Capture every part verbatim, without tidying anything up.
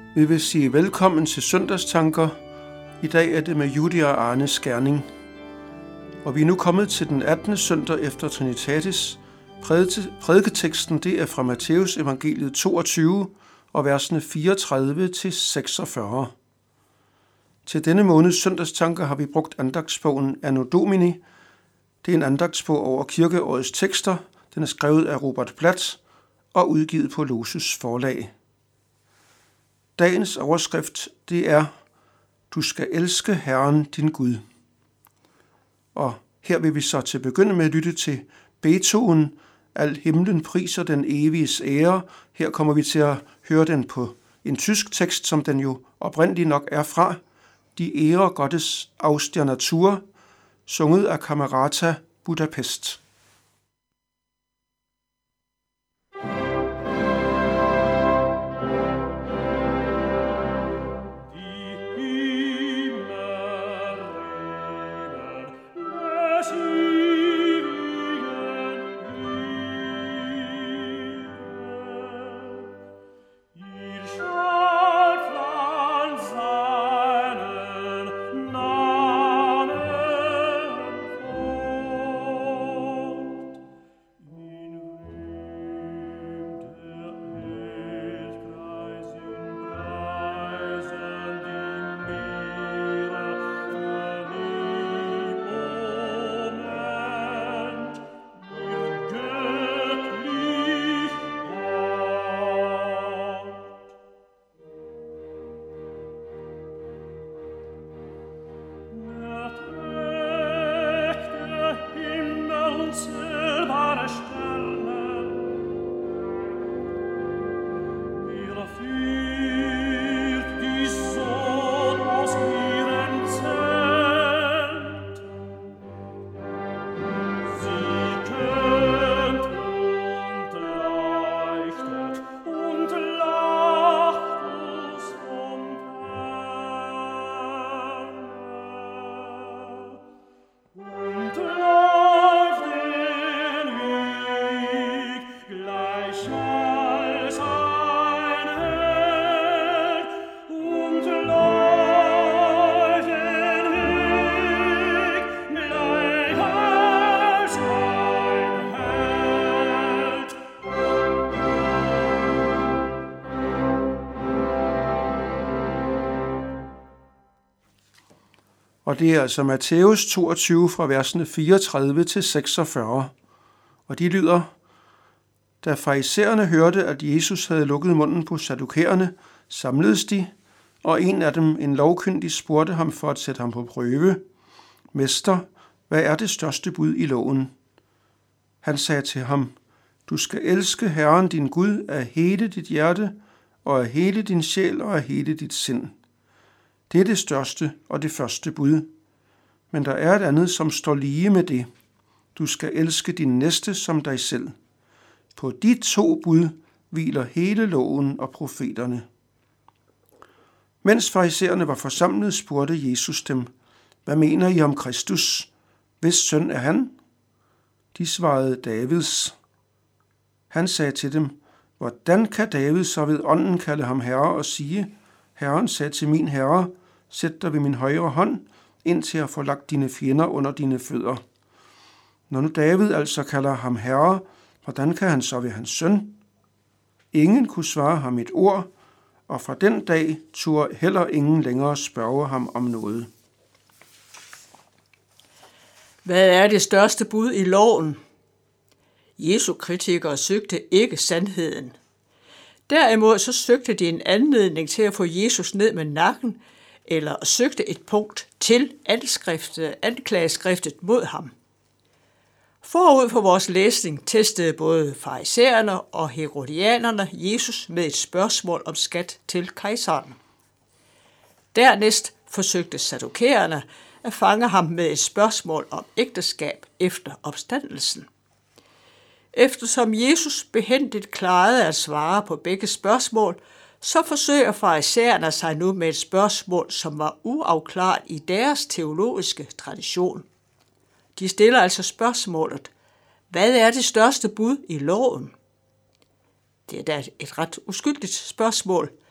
Vi vil sige velkommen til Søndagstanker. I dag er det med Judy og Arnes gerning. Og vi er nu kommet til den attende søndag efter Trinitatis. Prædiketeksten det er fra Matthæus evangeliet toogtyve og versene fireogtredive til seksogfyrre. Til denne måneds søndagstanker har vi brugt andagtsbogen Anno Domini. Det er en andagtsbog over kirkeårets tekster. Den er skrevet af Robert Blatt og udgivet på Losus forlag. Dagens overskrift, det er, du skal elske Herren din Gud. Og her vil vi så til at begynde med at lytte til Beethoven, Al himlen priser den eviges ære. Her kommer vi til at høre den på en tysk tekst, som den jo oprindeligt nok er fra. De ærer Gottes aus der Natur, sunget af Camerata Budapest. Og det er altså Matthæus toogtyve fra versene fireogtredive til seksogfyrre. Og de lyder, da farisæerne hørte, at Jesus havde lukket munden på saddukæerne, samledes de, og en af dem, en lovkyndig, spurgte ham for at sætte ham på prøve. Mester, hvad er det største bud i loven? Han sagde til ham, du skal elske Herren din Gud af hele dit hjerte, og af hele din sjæl og af hele dit sind. Det er det største og det første bud. Men der er et andet, som står lige med det. Du skal elske din næste som dig selv. På de to bud hviler hele loven og profeterne. Mens farisæerne var forsamlet, spurgte Jesus dem, hvad mener I om Kristus? Hvis søn er han? De svarede Davids. Han sagde til dem, hvordan kan David så ved ånden kalde ham herre og sige, Herren sagde til min herre, sæt dig ved min højre hånd, indtil jeg får lagt dine fjender under dine fødder. Når nu David altså kalder ham herre, hvordan kan han så være hans søn? Ingen kunne svare ham et ord, og fra den dag turde heller ingen længere spørge ham om noget. Hvad er det største bud i loven? Jesu kritikere søgte ikke sandheden. Derimod så søgte de en anledning til at få Jesus ned med nakken, eller søgte et punkt til anklageskriftet mod ham. Forud for vores læsning testede både farisæerne og herodianerne Jesus med et spørgsmål om skat til kejseren. Dernæst forsøgte saddukæerne at fange ham med et spørgsmål om ægteskab efter opstandelsen. Eftersom Jesus behændigt klarede at svare på begge spørgsmål, så forsøger farisæerne sig nu med et spørgsmål, som var uafklaret i deres teologiske tradition. De stiller altså spørgsmålet, hvad er det største bud i loven? Det er da et ret uskyldigt spørgsmål,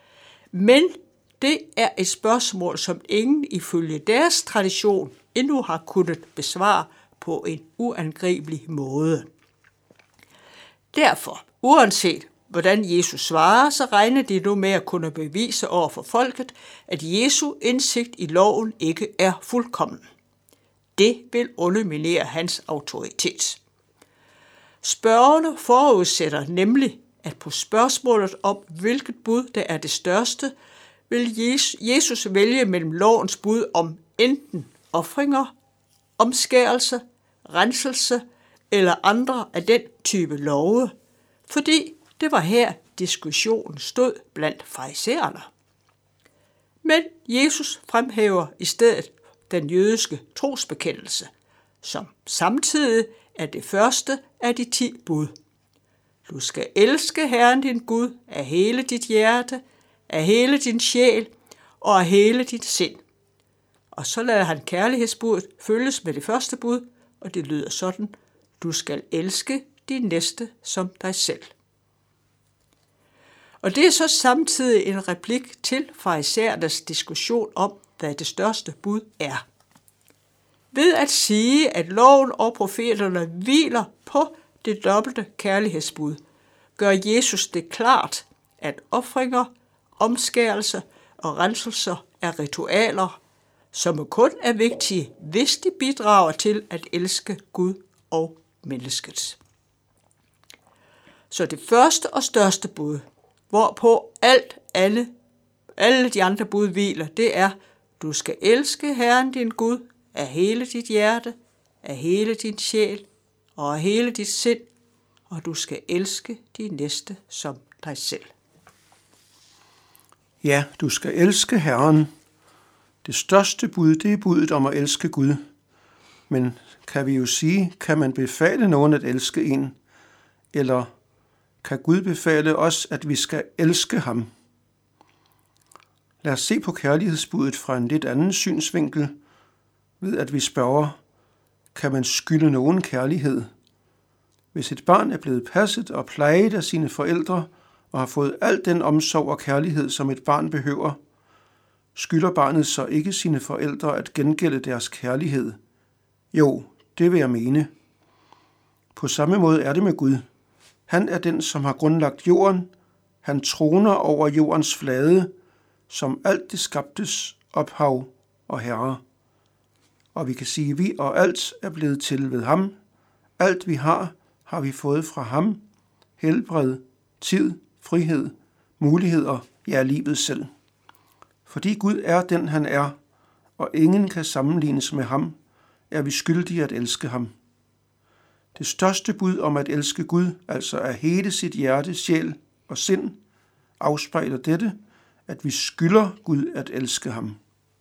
Men det er et spørgsmål, som ingen ifølge deres tradition endnu har kunnet besvare på en uangribelig måde. Derfor, uanset hvordan Jesus svarer, så regner de nu med at kunne bevise over for folket, at Jesu indsigt i loven ikke er fuldkommen. Det vil underminere hans autoritet. Spørgerne forudsætter nemlig, at på spørgsmålet om, hvilket bud der er det største, vil Jesus vælge mellem lovens bud om enten ofringer, omskærelse, renselse eller andre af den type love, fordi det var her diskussionen stod blandt farisæerne. Men Jesus fremhæver i stedet den jødiske trosbekendelse, som samtidig er det første af de ti bud. Du skal elske Herren din Gud af hele dit hjerte, af hele din sjæl og af hele dit sind. Og så lader han kærlighedsbudet følges med det første bud, og det lyder sådan: du skal elske din næste som dig selv. Og det er så samtidig en replik til farisæernes diskussion om, hvad det største bud er. Ved at sige, at loven og profeterne hviler på det dobbelte kærlighedsbud, gør Jesus det klart, at ofringer, omskærelse og renselser er ritualer, som kun er vigtige, hvis de bidrager til at elske Gud og mennesket. Så det første og største bud, hvorpå alt, alle, alle de andre bud hviler, det er, du skal elske Herren din Gud af hele dit hjerte, af hele din sjæl og af hele dit sind, og du skal elske din næste som dig selv. Ja, du skal elske Herren. Det største bud, det er budet om at elske Gud. Men kan vi jo sige, kan man befale nogen at elske en? Eller kan Gud befale os, at vi skal elske ham? Lad os se på kærlighedsbudet fra en lidt anden synsvinkel, ved at vi spørger, kan man skylde nogen kærlighed? Hvis et barn er blevet passet og plejet af sine forældre og har fået al den omsorg og kærlighed, som et barn behøver, skylder barnet så ikke sine forældre at gengælde deres kærlighed? Jo, det vil jeg mene. På samme måde er det med Gud. Han er den, som har grundlagt jorden. Han troner over jordens flade, som alt det skabtes ophav og herre. Og vi kan sige, at vi og alt er blevet til ved ham. Alt vi har, har vi fået fra ham. Helbred, tid, frihed, muligheder, ja, livet selv. Fordi Gud er den, han er, og ingen kan sammenlignes med ham, er vi skyldige at elske ham. Det største bud om at elske Gud, altså af hele sit hjerte, sjæl og sind, afspejler dette, at vi skylder Gud at elske ham.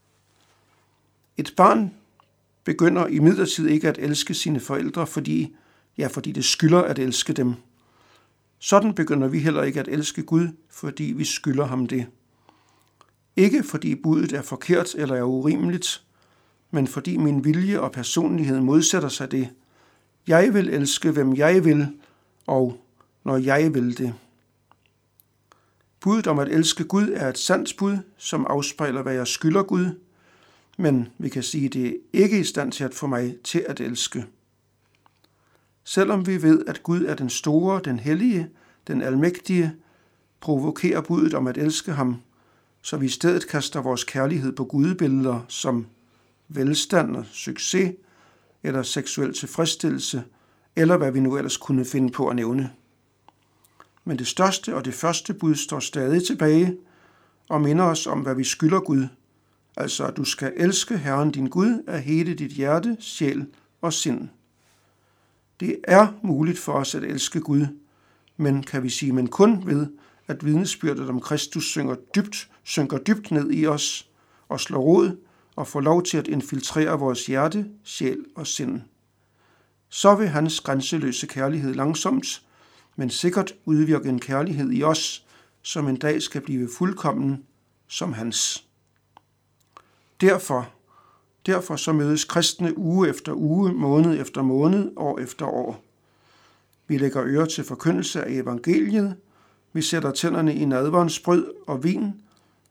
Et barn begynder imidlertid ikke at elske sine forældre, fordi, ja, fordi det skylder at elske dem. Sådan begynder vi heller ikke at elske Gud, fordi vi skylder ham det. Ikke fordi budet er forkert eller er urimeligt, men fordi min vilje og personlighed modsætter sig det. Jeg vil elske, hvem jeg vil, og når jeg vil det. Budet om at elske Gud er et sandt bud, som afspejler, hvad jeg skylder Gud, men vi kan sige, at det er ikke i stand til at få mig til at elske. Selvom vi ved, at Gud er den store, den hellige, den almægtige, provokerer budet om at elske ham, så vi i stedet kaster vores kærlighed på gudebilleder som velstand og succes, eller seksuel tilfredsstillelse, eller hvad vi nu ellers kunne finde på at nævne. Men det største og det første bud står stadig tilbage og minder os om, hvad vi skylder Gud, altså at du skal elske Herren din Gud af hele dit hjerte, sjæl og sind. Det er muligt for os at elske Gud, men kan vi sige, men kun ved, at vidnesbyrdet om Kristus synker dybt, synker dybt ned i os og slår rod og får lov til at infiltrere vores hjerte, sjæl og sind. Så vil hans grænseløse kærlighed langsomt, men sikkert udvirke en kærlighed i os, som en dag skal blive fuldkommen som hans. Derfor, derfor så mødes kristne uge efter uge, måned efter måned, år efter år. Vi lægger øre til forkyndelse af evangeliet, vi sætter tænderne i nadverens brød og vin,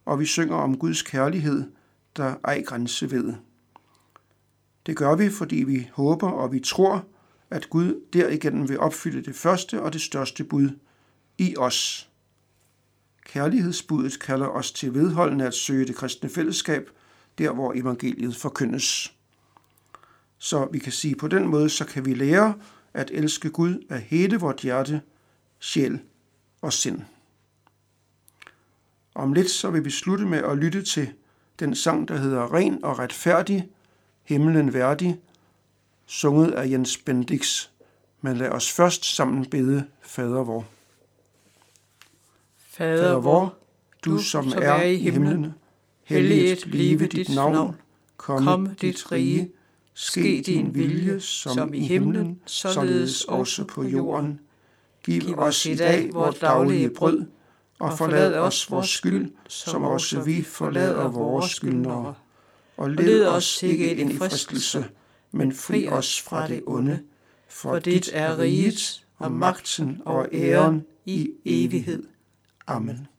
og vi synger om Guds kærlighed, der ej grænse ved. Det gør vi, fordi vi håber og vi tror, at Gud derigennem vil opfylde det første og det største bud i os. Kærlighedsbuddet kalder os til vedholdende at søge det kristne fællesskab, der hvor evangeliet forkyndes. Så vi kan sige, på den måde, så kan vi lære at elske Gud af hele vort hjerte, sjæl og sind. Om lidt så vil vi slutte med at lytte til den sang, der hedder Ren og retfærdig, himlen værdig, sunget af Jens Bendix. Men lad os først sammen bede Fader vor. Fader vor, du som er i himlen, helliget blive dit navn. Kom dit rige, ske din vilje, som i himlen, således også på jorden. Giv os i dag vores daglige brød, og forlad os vores skyld, som også vi forlader vores skyldnere. Og led os ikke ind i fristelse, men fri os fra det onde. For dit er riget, og magten og æren i evighed. Amen.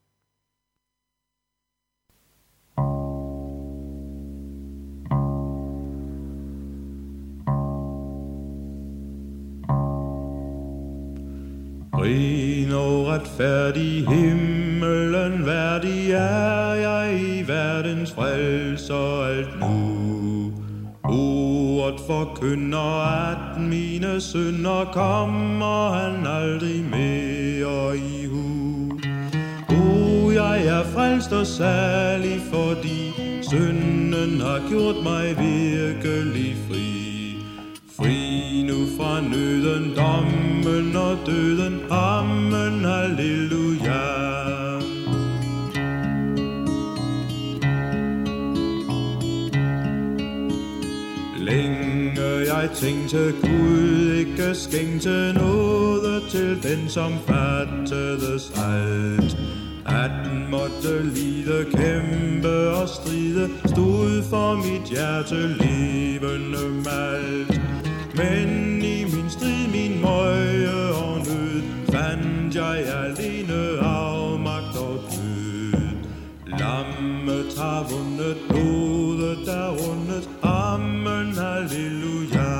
Ren og retfærdig, himmelen værdig er jeg i verdens frelser alt nu. Ordet forkynder, at mine synder kommer han aldrig mere i hu. O, jeg er frelst og salig, fordi synden har gjort mig virkelig fri. Fri nu fra nøden, dommen og døden, amen, halleluja. Længe jeg tænkte, Gud ikke skænkte noget til den, som fattedes alt. At den måtte lide, kæmpe og stride, stod for mit hjerte levende malt. Men i min strid, min møje og nød, fandt jeg alene afmagt og død. Lammet har vundet, blodet er rundet, amen, halleluja.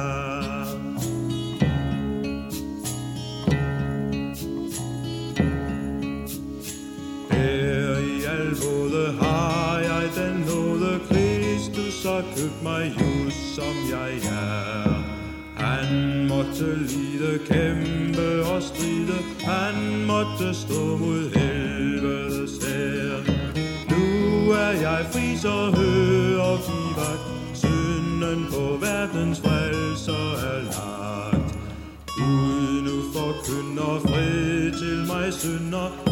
Her i al både har jeg den nåde, Kristus har købt mig just som jeg er. Han måtte lide, kæmpe og stride, han måtte stå mod helvedes hær. Nu er jeg fri, så hør og giv vagt, synden på verdens frelser er lagt. Gud nu forkynder fred til mig synder,